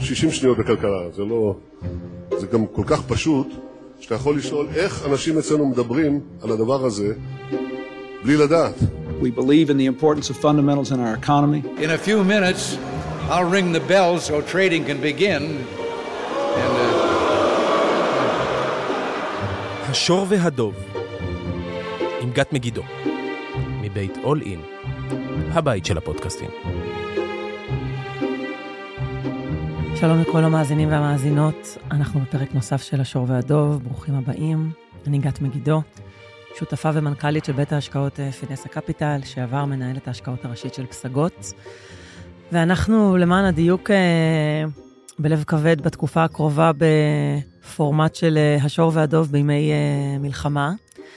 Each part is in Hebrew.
60 שניות בכלכלה, זה גם כל כך פשוט, שאתה יכול לשאול איך אנשים אצלנו מדברים על הדבר הזה, בלי לדעת. We believe in the importance of fundamentals in our economy. In a few minutes, I'll ring the bell so trading can begin. השור והדוב, עם גת מגידו, מבית All In, הבית של הפודקאסטים. שלום לכל המאזינים והמאזינות, אנחנו בפרק נוסף של השור והדוב, ברוכים הבאים. אני גת מגידו, שותפה ומנכ"לית של בית ההשקעות פינסה קפיטל, שעבר מנהלת ההשקעות הראשית של פסגות. ואנחנו למען הדיוק בלב כבד בתקופה הקרובה בפורמט של השור והדוב בימי מלחמה,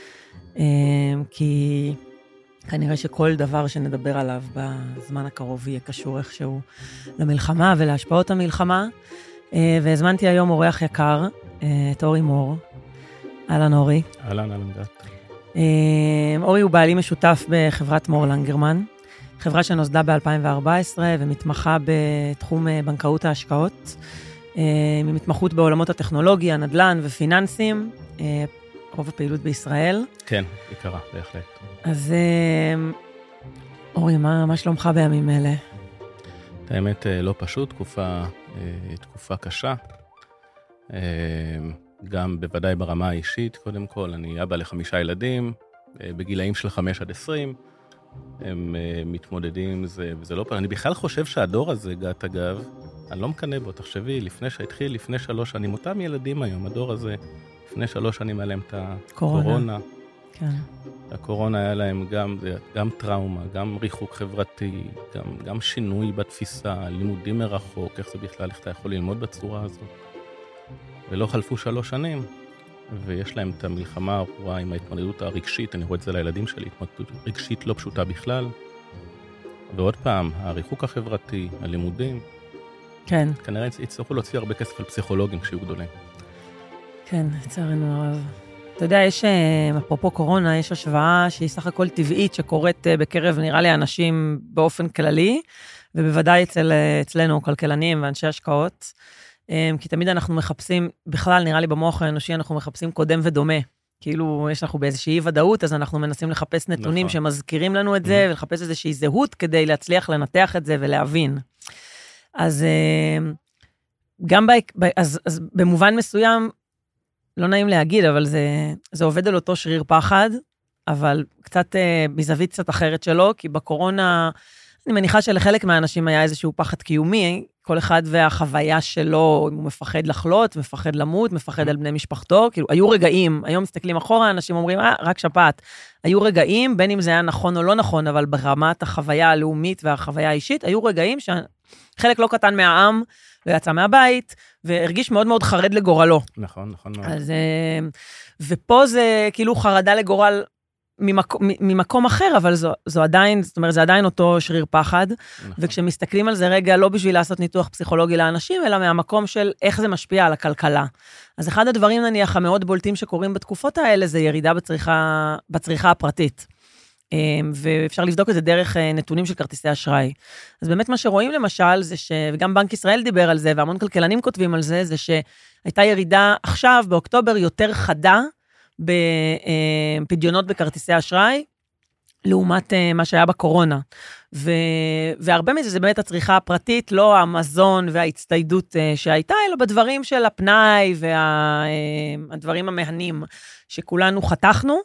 כי כנראה שכל דבר שנדבר עליו בזמן הקרוב יהיה קשור איכשהו למלחמה ולהשפעות המלחמה. והזמנתי היום אורח יקר, את אורי מור. אהלן אורי. אהלן גת. אורי הוא בעלים משותף בחברת מור לנגרמן, חברה שנוסדה ב-2014 ומתמחה בתחום בנקאות ההשקעות, מתמחות בעולמות הטכנולוגיה, נדל"ן ופיננסים, רוב הפעילות בישראל. כן, יקרה, בהחלט. אז אורי, מה שלומך בימים אלה? האמת לא פשוט, תקופה קשה, גם בוודאי ברמה האישית, קודם כל, אני אבא ל5 ילדים, בגילאים של 5 עד 20, הם מתמודדים עם זה, וזה לא פעם. אני בכלל חושב שהדור הזה, גת אגב, אני לא מקנה בו, תחשבי, לפני 3 שנים, אותם ילדים היום, הדור הזה, לפני 3 שנים היה להם את הקורונה. כן. הקורונה היה להם גם טראומה, גם ריחוק חברתי, גם שינוי בתפיסה, לימודים מרחוק, איך זה בכלל, איך אתה יכול ללמוד בצורה הזאת. ולא חלפו 3 שנים, ויש להם את המלחמה הארורה עם ההתמודדות הרגשית, אני רואה את זה לילדים שלי, התמודדות רגשית לא פשוטה בכלל. ועוד פעם, הריחוק החברתי, הלימודים. כן. כנראה יצטרכו להוציא הרבה כסף על פסיכולוגים כשהיו גדולים. כן, לצערנו הרב. אתה יודע, אפרופו קורונה, יש השוואה שהיא סך הכל טבעית שקורית בקרב, נראה לי, אנשים באופן כללי, ובוודאי אצלנו, כלכלנים ואנשי השקעות, כי תמיד אנחנו מחפשים, בכלל נראה לי במוח האנושי, אנחנו מחפשים קודם ודומה. כאילו יש אנחנו באיזושהי ודאות, אז אנחנו מנסים לחפש נתונים שמזכירים לנו את זה, ולחפש איזושהי זהות כדי להצליח לנתח את זה ולהבין. אז גם אז במובן מסוים, לא נעים להגיד, אבל זה עובד על אותו שריר פחד, אבל קצת מזווית קצת אחרת שלו, כי בקורונה, אני מניחה שלחלק מהאנשים היה איזשהו פחד קיומי, כל אחד והחוויה שלו, אם הוא מפחד לחלות, מפחד למות, מפחד על בני משפחתו, כאילו, היו רגעים, היום מסתכלים אחורה, אנשים אומרים, רק שפעת. היו רגעים, בין אם זה היה נכון או לא נכון, אבל ברמת החוויה הלאומית והחוויה האישית, היו רגעים שחלק לא קטן מהעם, לא יצא מהבית, והרגיש מאוד מאוד חרד לגורלו. נכון. אז, ופה זה כאילו חרדה לגורל, ממקום אחר, אבל זו עדיין, זאת אומרת, זה עדיין אותו שריר פחד, וכשמסתכלים על זה רגע, לא בשביל לעשות ניתוח פסיכולוגי לאנשים, אלא מהמקום של איך זה משפיע על הכלכלה. אז אחד הדברים, נניח, המאוד בולטים שקורים בתקופות האלה, זה ירידה בצריכה הפרטית. ואפשר לבדוק את זה דרך נתונים של כרטיסי אשראי. אז באמת מה שרואים למשל, זה וגם בנק ישראל דיבר על זה, והמון כלכלנים כותבים על זה, זה שהייתה ירידה עכשיו, באוקטובר, יותר חדה, בפדיונות בכרטיסי אשראי, לעומת מה שהיה בקורונה. והרבה מזה זה באמת הצריכה הפרטית, לא המזון וההצטיידות שהייתה, אלא בדברים של הפנאי והדברים המהנים שכולנו חתכנו.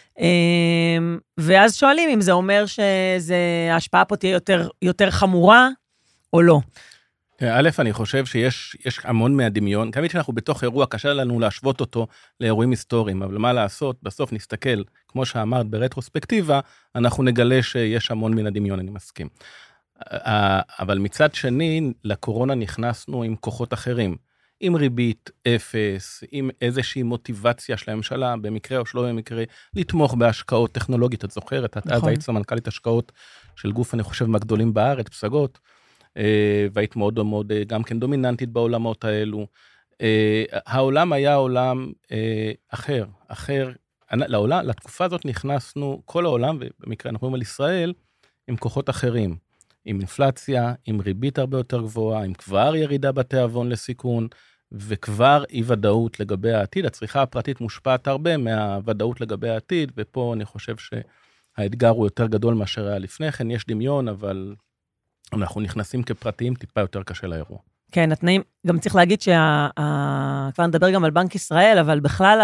ואז שואלים אם זה אומר שההשפעה פה תהיה יותר חמורה או לא. א', אני חושב שיש המון מהדמיון, כמובן שאנחנו בתוך אירוע, קשה לנו להשוות אותו לאירועים היסטוריים, אבל מה לעשות, בסוף נסתכל, כמו שאמרת, ברטרוספקטיבה, אנחנו נגלה שיש המון מן הדמיון, אני מסכים. אבל מצד שני, לקורונה נכנסנו עם כוחות אחרים, עם ריבית אפס, עם איזושהי מוטיבציה של הממשלה, במקרה או שלא במקרה, לתמוך בהשקעות טכנולוגית, את זוכרת, את אז היית סמנכ"לית השקעות של גוף, אני חושב, מהגדולים בארץ, פסגות, והיית מאוד מאוד גם כן דומיננטית בעולמות האלו. העולם היה עולם אחר. לתקופה הזאת נכנסנו, כל העולם, ובמקרה אנחנו רואים על ישראל, עם כוחות אחרים. עם אינפלציה, עם ריבית הרבה יותר גבוהה, עם כבר ירידה בתיאבון לסיכון, וכבר אי ודאות לגבי העתיד. הצריכה הפרטית מושפעת הרבה מהוודאות לגבי העתיד, ופה אני חושב שהאתגר הוא יותר גדול מאשר היה לפני כן. יש דמיון, אבל אנחנו נכנסים כפרטיים טיפה יותר קשה לאירוע. כן, התנאים, גם צריך להגיד כבר נדבר גם על בנק ישראל, אבל בכלל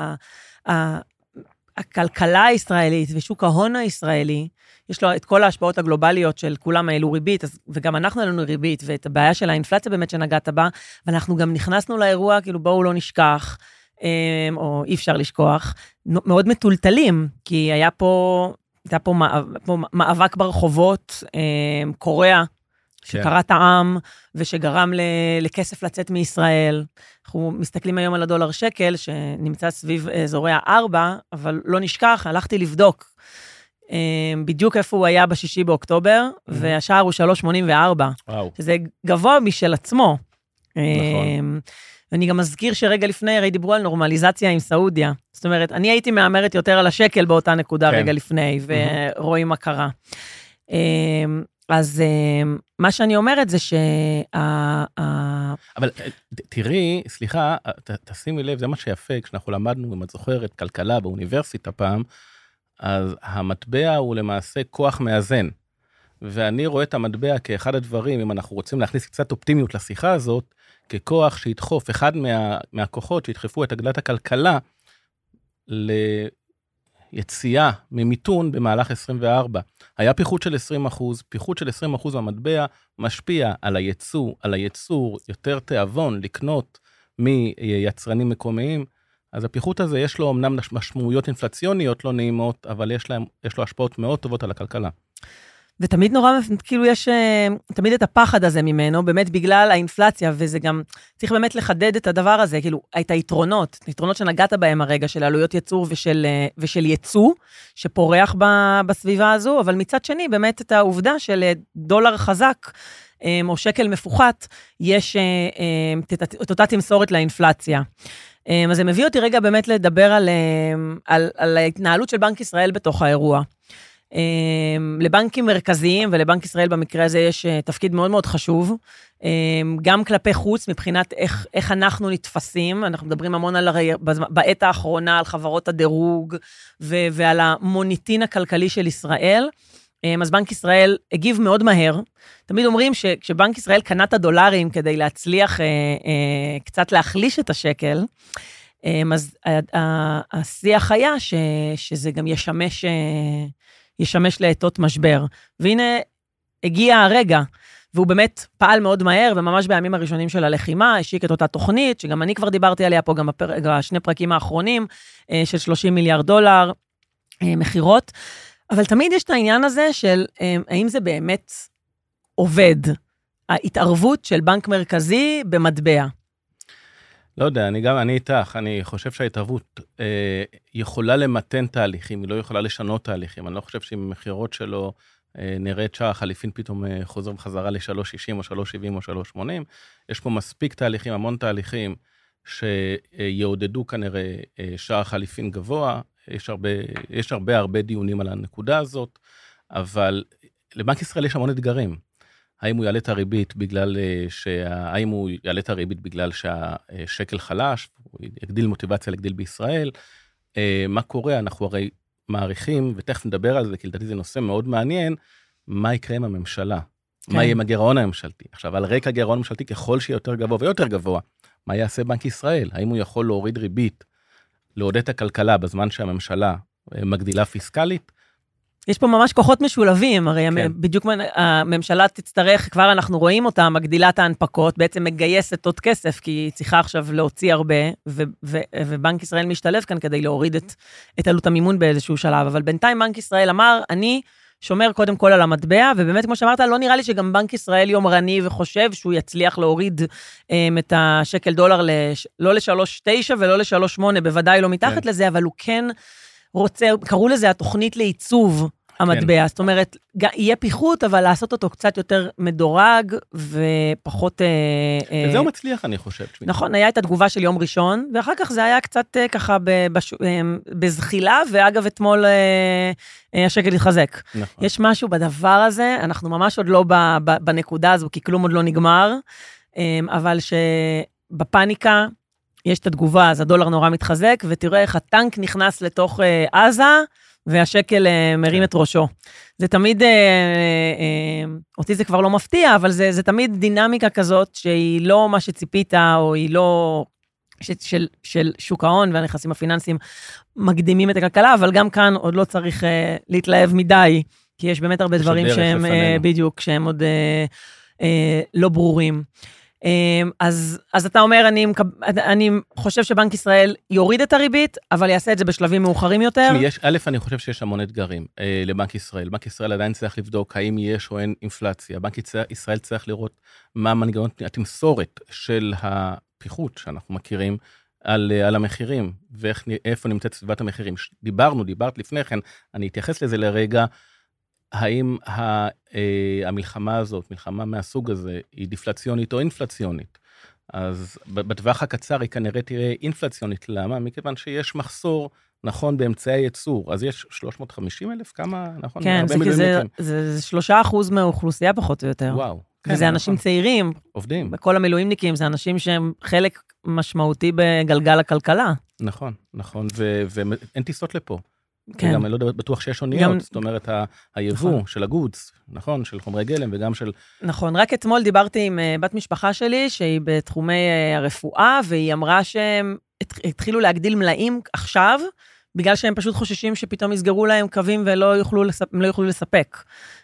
הכלכלה הישראלית ושוק ההון הישראלי, יש לו את כל ההשפעות הגלובליות של כולם העלו ריבית, וגם אנחנו העלנו ריבית, ואת הבעיה של האינפלציה באמת שנגעת בה, ואנחנו גם נכנסנו לאירוע, כאילו בואו לא נשכח, או אי אפשר לשכוח, מאוד מטולטלים, כי היה פה מאבק ברחובות, קוריאה, שקראת העם, ושגרם לכסף לצאת מישראל. אנחנו מסתכלים היום על הדולר שקל, שנמצא סביב אזורי 4, אבל לא נשכח, הלכתי לבדוק, בדיוק איפה הוא היה ב6 באוקטובר, והשער הוא 3.84, שזה גבוה משל עצמו. נכון. ואני גם מזכיר שרגע לפני, הרי דיברו על נורמליזציה עם סעודיה. זאת אומרת, אני הייתי מאמרת יותר על השקל באותה נקודה רגע לפני, ורואים מה קרה. אז מה שאני אומרת זה אבל תראי, סליחה, תשימי לב, זה מה שיפה, כשאנחנו למדנו, אם את זוכרת, כלכלה באוניברסיטה פעם, אז המטבע הוא למעשה כוח מאזן, ואני רואה את המטבע כאחד הדברים, אם אנחנו רוצים להכניס קצת אופטימיות לשיחה הזאת, ככוח שידחוף, אחד מהכוחות שידחפו את הגדלת הכלכלה, ליציאה ממיתון במהלך 24. היה פיחות של 20%, פיחות של 20% במטבע משפיע על הייצוא, על הייצור, יותר תיאבון לקנות מיצרנים מקומיים, אז הפיחות הזה יש לו אמנם משמעויות אינפלציוניות לא נעימות, אבל יש לו השפעות מאוד טובות על הכלכלה. ותמיד נורא, כאילו יש תמיד את הפחד הזה ממנו, באמת בגלל האינפלציה, וזה גם, צריך באמת לחדד את הדבר הזה, כאילו, את היתרונות שנגעת בהם הרגע, של עלויות ייצור ושל ייצוא, שפורח בסביבה הזו, אבל מצד שני, באמת את העובדה של דולר חזק, או שקל מפוחת, יש את אותה תמסורת לאינפלציה. אז זה מביא אותי רגע באמת לדבר על ההתנהלות של בנק ישראל בתוך האירוע. לבנקים מרכזיים ולבנק ישראל במקרה הזה יש תפקיד מאוד מאוד חשוב, גם כלפי חוץ מבחינת איך אנחנו נתפסים, אנחנו מדברים המון בעת האחרונה על חברות הדירוג ועל המוניטין הכלכלי של ישראל, אז בנק ישראל הגיב מאוד מהר, תמיד אומרים שכשבנק ישראל קנה את הדולרים כדי להצליח קצת להחליש את השקל, אז השיח היה שזה גם ישמש לעתות משבר. והנה הגיע הרגע, והוא באמת פעל מאוד מהר, וממש בימים הראשונים של הלחימה, השיק את אותה תוכנית, שגם אני כבר דיברתי עליה פה, גם בשני פרקים האחרונים, של 30 מיליארד דולר, מחירות, אבל תמיד יש את העניין הזה של, האם זה באמת עובד, ההתערבות של בנק מרכזי במטבע. לא יודע, אני איתך, אני חושב שההתערבות יכולה למתן תהליכים, היא לא יכולה לשנות תהליכים, אני לא חושב שעם מחירות שלו נראה את שער החליפין פתאום חוזר בחזרה ל-3.60 או 3.70 או 3.80, יש פה מספיק תהליכים, המון תהליכים שיעודדו כנראה שער החליפין גבוה, יש הרבה דיונים על הנקודה הזאת, אבל לבנק ישראל יש המון אתגרים, האם הוא יעלה את הריבית בגלל שהשקל חלש, הוא יגדיל מוטיבציה לגדיל בישראל, מה קורה? אנחנו הרי מעריכים, ותכף נדבר על זה, כי לדעתי זה נושא מאוד מעניין, מה יקרה עם הממשלה? מה יהיה עם הגירעון הממשלתי? עכשיו, על רקע הגירעון הממשלתי, ככל שיהיה יותר גבוה ויותר גבוה, מה יעשה בנק ישראל? האם הוא יכול להוריד ריבית, לעודד את הכלכלה בזמן שהממשלה מגדילה פיסקלית? יש פה ממש כוחות משולבים, הרי בדיוק הממשלה תצטרך, כבר אנחנו רואים אותה, מגדילת ההנפקות, בעצם מגייסת עוד כסף, כי היא צריכה עכשיו להוציא הרבה, ובנק ישראל משתלב כאן כדי להוריד את עלות המימון באיזשהו שלב, אבל בינתיים בנק ישראל אמר, אני שומר קודם כל על המטבע, ובאמת כמו שאמרת, לא נראה לי שגם בנק ישראל יומרני וחושב שהוא יצליח להוריד את השקל דולר, לא ל-3.9 ולא ל-3.8, בוודאי לא מתחת לזה, אבל הוא כן רוצה, קראו לזה התוכנית לעיצוב המטבע. זאת אומרת, יהיה פיחות, אבל לעשות אותו קצת יותר מדורג, ופחות... וזהו מצליח, אני חושב. נכון, היה את התגובה של יום ראשון, ואחר כך זה היה קצת ככה בזחילה, ואגב, אתמול השקל התחזק. נכון. יש משהו בדבר הזה, אנחנו ממש עוד לא בנקודה הזו, כי כלום עוד לא נגמר, אבל שבפניקה יש את התגובה, אז הדולר נורא מתחזק, ותראה איך הטנק נכנס לתוך עזה, והשקל מרים את ראשו. זה תמיד, אותי זה כבר לא מפתיע, אבל זה תמיד דינמיקה כזאת, שהיא לא מה שציפית, או היא לא של שוק ההון, והנכסים הפיננסיים מקדימים את הכלכלה, אבל גם כאן עוד לא צריך להתלהב מדי, כי יש באמת הרבה דברים שהם בדיוק, שהם עוד לא ברורים. אז אתה אומר, אני חושב שבנק ישראל יוריד את הריבית, אבל יעשה את זה בשלבים מאוחרים יותר. א', אני חושב שיש המון אתגרים לבנק ישראל. בנק ישראל עדיין צריך לבדוק האם יש או אין אינפלציה. בנק ישראל צריך לראות מה מנגנון התמסורת של הפיחות שאנחנו מכירים על המחירים, ואיפה נמצאת סביבת המחירים. דיברת לפני כן, אני אתייחס לזה לרגע, האם המלחמה הזאת, מלחמה מהסוג הזה, היא דיפלציונית או אינפלציונית? אז בטווח הקצר היא כנראה תראה אינפלציונית. למה? מכיוון שיש מחסור, נכון, באמצעי ייצור. אז יש 350,000, כמה, נכון? כן, זה 3% מהאוכלוסייה פחות או יותר. וואו. וזה אנשים צעירים. עובדים. בכל המילואימניקים, זה אנשים שהם חלק משמעותי בגלגל הכלכלה. נכון, נכון, ואין טיסות לפה. כן. וגם אני לא בטוח שיש אוניות, זאת אומרת, היבוא של הגודס, נכון, של חומרי גלם וגם של... נכון, רק אתמול דיברתי עם בת משפחה שלי, שהיא בתחומי הרפואה, והיא אמרה שהם התחילו להגדיל מלאים עכשיו, בגלל שהם פשוט חוששים שפתאום יסגרו להם קווים ולא יוכלו לספק.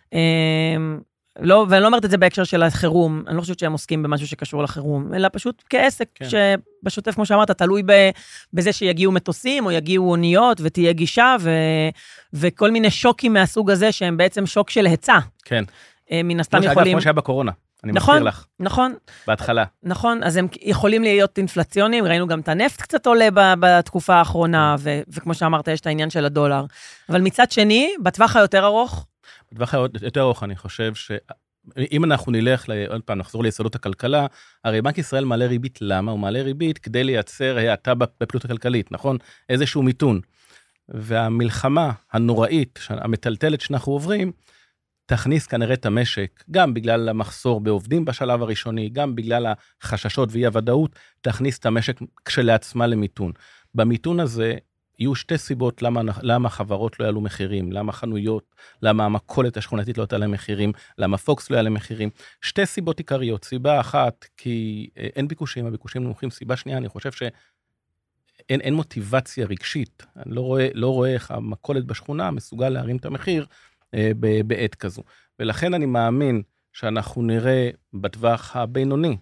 ואני לא אומרת את זה בהקשר של החירום, אני לא חושבת שהם עוסקים במשהו שקשור לחירום, אלא פשוט כעסק שבשוטף, כמו שאמרת, תלוי בזה שיגיעו מטוסים, או יגיעו אוניות, ותהיה גישה, וכל מיני שוקים מהסוג הזה, שהם בעצם שוק של היצע. כן. מן הסתם יכולים... כמו שהיה בקורונה, אני מזכיר לך. נכון. בהתחלה. נכון, אז הם יכולים להיות אינפלציונים, ראינו גם את הנפט קצת עולה בתקופה האחרונה, וכמו שאמרת, יש את העניין של הדולר. אבל מצד שני, בטווח היותר ארוך, בטווח יותר ארוך, אני חושב שאם אנחנו נלך, עוד פעם, נחזור ליסודות הכלכלה, הרי בנק ישראל מעלה ריבית, למה? הוא מעלה ריבית כדי לייצר האטה בפעילות הכלכלית, נכון? איזשהו מיתון. והמלחמה הנוראית, המטלטלת שאנחנו עוברים, תכניס כנראה את המשק, גם בגלל המחסור בעובדים בשלב הראשוני, גם בגלל החששות ואי הוודאות, תכניס את המשק כשלעצמה למיתון. במיתון הזה, יהיו שתי סיבות למה חברות לא יעלו מחירים, למה חנויות, למה המכולת השכונתית לא תעלה מחירים, למה פוקס לא יעלה מחירים. שתי סיבות עיקריות. סיבה אחת, כי אין ביקושים, הביקושים נמוכים. סיבה שנייה, אני חושב שאין מוטיבציה רגשית. אני לא רואה איך המכולת בשכונה מסוגל להרים את המחיר בעת כזו. ולכן אני מאמין שאנחנו נראה בטווח הבינוני,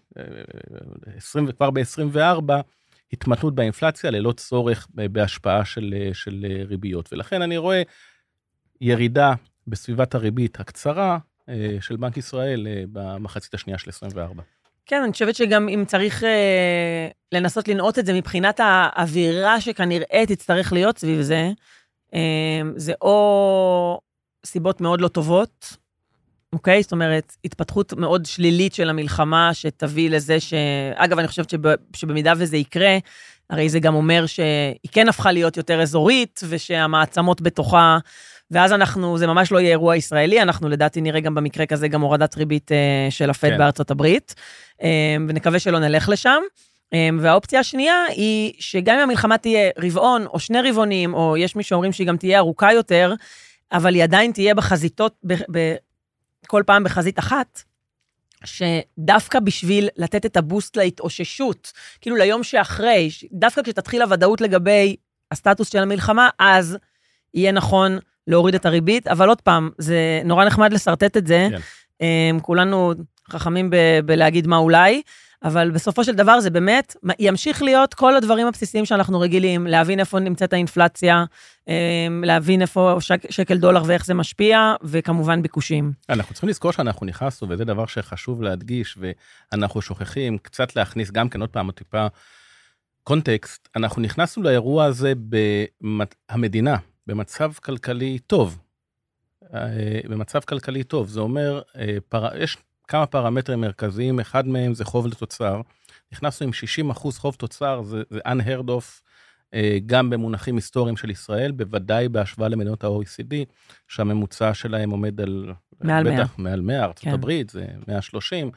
כבר ב-24, התמתנות באינפלציה ללא צורך בהשפעה של ריביות. ולכן אני רואה ירידה בסביבת הריבית הקצרה של בנק ישראל במחצית השנייה של 24. כן, אני חושבת שגם אם צריך לנסות לנעות את זה מבחינת האווירה שכנראה תצטרך להיות סביב זה, זה או סיבות מאוד לא טובות, אוקיי? זאת אומרת, התפתחות מאוד שלילית של המלחמה, שתביא לזה אגב, אני חושבת שבמידה וזה יקרה, הרי זה גם אומר שהיא כן הפכה להיות יותר אזורית, ושהמעצמות בתוכה, ואז זה ממש לא יהיה אירוע ישראלי, אנחנו לדעתי נראה גם במקרה כזה, גם הורדת ריבית של הפד בארצות הברית, ונקווה שלא נלך לשם. והאופציה השנייה היא שגם אם המלחמה תהיה רבעון, או שני רבעונים, או יש מי שאומרים שהיא גם תהיה ארוכה יותר, אבל היא עדיין תהיה בחזיתות, כל פעם בחזית אחת, שדווקא בשביל לתת את הבוסט להתאוששות, כאילו ליום שאחרי, דווקא כשתתחיל הוודאות לגבי הסטטוס של המלחמה, אז יהיה נכון להוריד את הריבית, אבל עוד פעם, זה נורא נחמד לסרטט את זה, כן. כולנו חכמים בלהגיד מה אולי, אבל בסופו של דבר זה באמת, ימשיך להיות כל הדברים הבסיסיים שאנחנו רגילים, להבין איפה נמצאת האינפלציה, להבין איפה שקל דולר ואיך זה משפיע, וכמובן ביקושים. אנחנו צריכים לזכור שאנחנו נכנסנו, וזה דבר שחשוב להדגיש, ואנחנו שוכחים קצת להכניס גם כן עוד פעם טיפה קונטקסט, אנחנו נכנסנו לאירוע הזה במדינה, במצב כלכלי טוב. במצב כלכלי טוב. זה אומר, יש כמה פרמטרים מרכזיים, אחד מהם זה חוב לתוצר. נכנסנו עם 60% חוב תוצר, זה unheard of, גם במונחים היסטוריים של ישראל, בוודאי בהשוואה למדינות ה-OECD, שהממוצע שלהם עומד על... מעל 100, ארצות הברית, זה 130,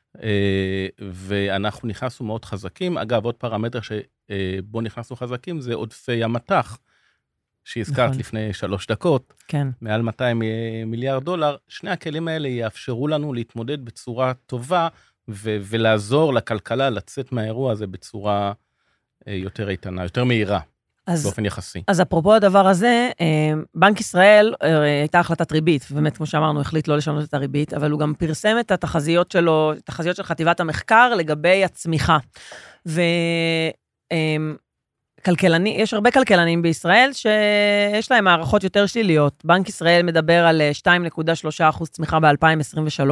ואנחנו נכנסנו מאוד חזקים. אגב, עוד פרמטר שבו נכנסנו חזקים, זה עודפי המתח, שהזכרת לפני 3 דקות, מעל 200 מיליארד דולר. שני הכלים האלה יאפשרו לנו להתמודד בצורה טובה, ולעזור לכלכלה לצאת מהאירוע הזה בצורה יותר איתנה, יותר מהירה, באופן יחסי. אז אפרופו הדבר הזה, בנק ישראל הייתה החלטת ריבית, ובאמת, כמו שאמרנו, החליט לא לשנות את הריבית, אבל הוא גם פרסם את התחזיות שלו, תחזיות של חטיבת המחקר לגבי הצמיחה. יש הרבה כלכלנים בישראל שיש להם הערכות יותר שליליות. בנק ישראל מדבר על 2.3% צמיחה ב-2023,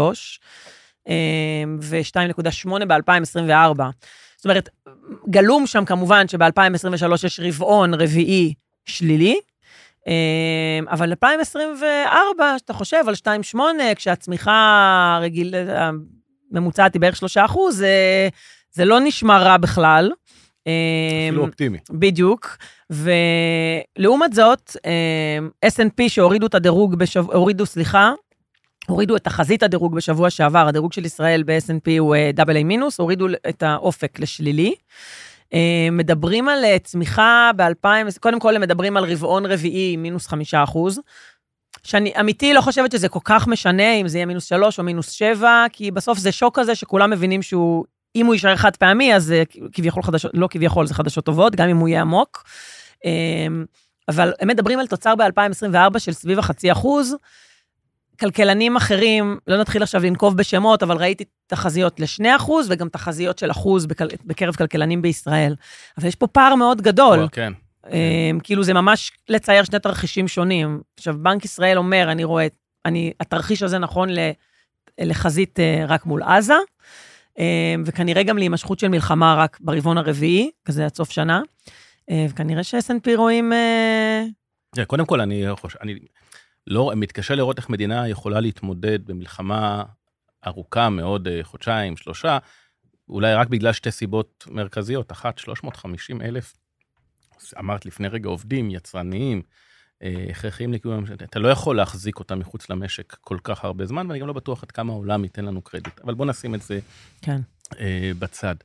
ו-2.8 ב-2024. זאת אומרת, גלום שם כמובן שב-2023 יש רבעון רביעי שלילי, אבל 2024, שאתה חושב על 2.8, כשהצמיחה הממוצעת היא בערך 3%, זה לא נשמע רע בכלל. אפילו אופטימי. בדיוק. ולעומת זאת, S&P שהורידו את הדירוג, הורידו את תחזית הדירוג בשבוע שעבר, הדירוג של ישראל ב-S&P הוא AA-, הורידו את האופק לשלילי. מדברים על צמיחה ב-2000, קודם כל הם מדברים על רבעון רביעי מינוס 5%, שאני אמיתי לא חושבת שזה כל כך משנה אם זה יהיה מינוס 3 או מינוס 7, כי בסוף זה שוק כזה שכולם מבינים שהוא, אם הוא יישאר חד פעמי, אז כביכול חדשות, לא כביכול, זה חדשות טובות, גם אם הוא יהיה עמוק. אבל הם מדברים על תוצר ב-2024 של סביב 0.5%, כלכלנים אחרים, לא נתחיל עכשיו לנקוב בשמות, אבל ראיתי תחזיות ל2%, וגם תחזיות של 1% בקרב כלכלנים בישראל. אבל יש פה פער מאוד גדול. כן. כאילו זה ממש לצייר שני תרחישים שונים. עכשיו, בנק ישראל אומר, אני רואה, התרחיש הזה נכון לחזית רק מול עזה, וכנראה גם להימשכות של מלחמה רק ברבעון הרביעי, כזה עד סוף שנה, וכנראה ש-S&P רואים... קודם כל, אני מתקשה לראות איך מדינה יכולה להתמודד במלחמה ארוכה מאוד, חודשיים, 3, אולי רק בגלל 2 סיבות מרכזיות. אחת, 350,000, אמרת לפני רגע, עובדים, יצרניים, הכרחיים לקיום, אתה לא יכול להחזיק אותם מחוץ למשק כל כך הרבה זמן, ואני גם לא בטוח עד כמה העולם ייתן לנו קרדיט, אבל בוא נשים את זה בצד.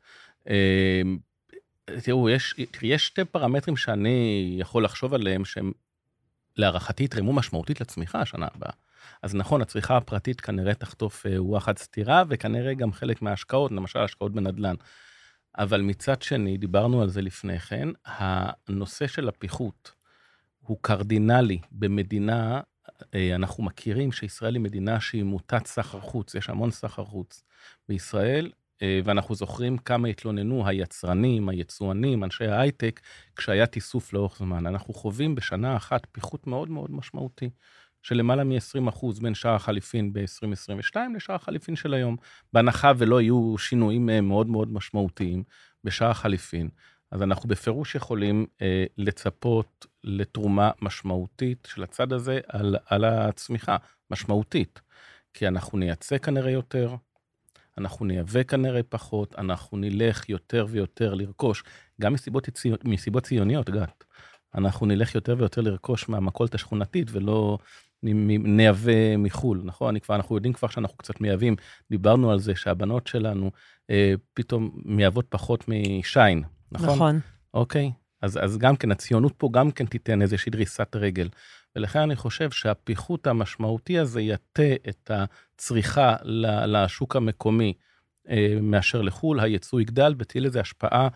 תראו, יש 2 פרמטרים שאני יכול לחשוב עליהם, שהם להערכתי יתרמו משמעותית לצמיחה השנה הבאה. אז נכון, הצריכה הפרטית כנראה תחטוף וואחד סתירה, וכנראה גם חלק מההשקעות, למשל השקעות בנדלן. אבל מצד שני, דיברנו על זה לפני כן, הנושא של הפיחות הוא קרדינלי במדינה, אנחנו מכירים שישראל היא מדינה שהיא מוטת סחר חוץ, יש המון סחר חוץ בישראל, ואנחנו זוכרים כמה התלוננו היצרנים, היצואנים, אנשי ההייטק, כשהיה תיסוף לאורך זמן. אנחנו חווים בשנה אחת פיחות מאוד מאוד משמעותי, של למעלה מ-20% בין שער החליפין ב-2022 לשער החליפין של היום, בהנחה ולא יהיו שינויים מאוד מאוד משמעותיים בשער החליפין. אז אנחנו בפירוש יכולים לצפות לתרומה משמעותית של הצד הזה על הצמיחה, משמעותית, כי אנחנו נייצא כנראה יותר, אנחנו נייבא כנראה פחות, אנחנו נלך יותר ויותר לרכוש, גם מסיבות ציוניות, גת. אנחנו נלך יותר ויותר לרכוש מהמכולת השכונתית, ולא נייבא מחול, נכון? אנחנו יודעים כבר שאנחנו קצת מייבאים, דיברנו על זה שהבנות שלנו פתאום מייבאות פחות משיין, נכון? נכון. אוקיי, אז גם כן, הציונות פה גם כן תיתן איזושהי דריסת רגל, ולכן אני חושב שהפיחות המשמעותי הזה יתה את הצריכה לשוק המקומי מאשר לחול, הייצוא יגדל, ותהיה לזה השפעה,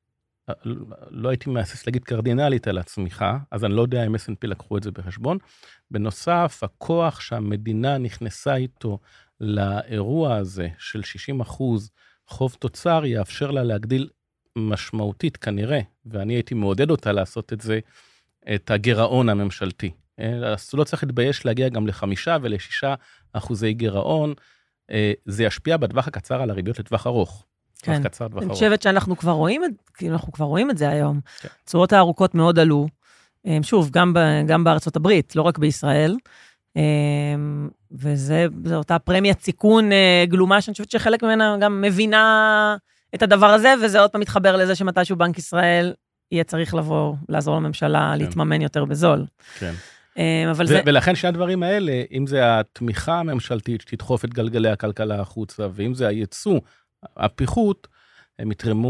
לא הייתי מהסס להגיד קרדינלית על הצמיחה, אז אני לא יודע אם S&P לקחו את זה בחשבון. בנוסף, הכוח שהמדינה נכנסה איתו לאירוע הזה של 60% חוב תוצר, יאפשר לה להגדיל משמעותית כנראה, ואני הייתי מעודד אותה לעשות את זה, את הגירעון הממשלתי. אז לא צריך להתבייש להגיע גם ל5 ול6% גירעון, זה ישפיע בטווח הקצר על הריביות לטווח ארוך. כן, אני חושבת שאנחנו כבר רואים את זה היום. צורות הארוכות מאוד עלו, שוב, גם בארצות הברית, לא רק בישראל, וזה אותה פרמיית סיכון גלומה, שאני חושבת שחלק ממנה גם מבינה את הדבר הזה, וזה עוד פעם מתחבר לזה שמתישהו בנק ישראל יהיה צריך לבוא, לעזור לממשלה, להתממן יותר בזול. כן. אבל ולכן שני הדברים האלה, אם זה התמיכה הממשלתית שתדחוף את גלגלי הכלכלה החוצה, ואם זה הייצוא, הפיחות, הם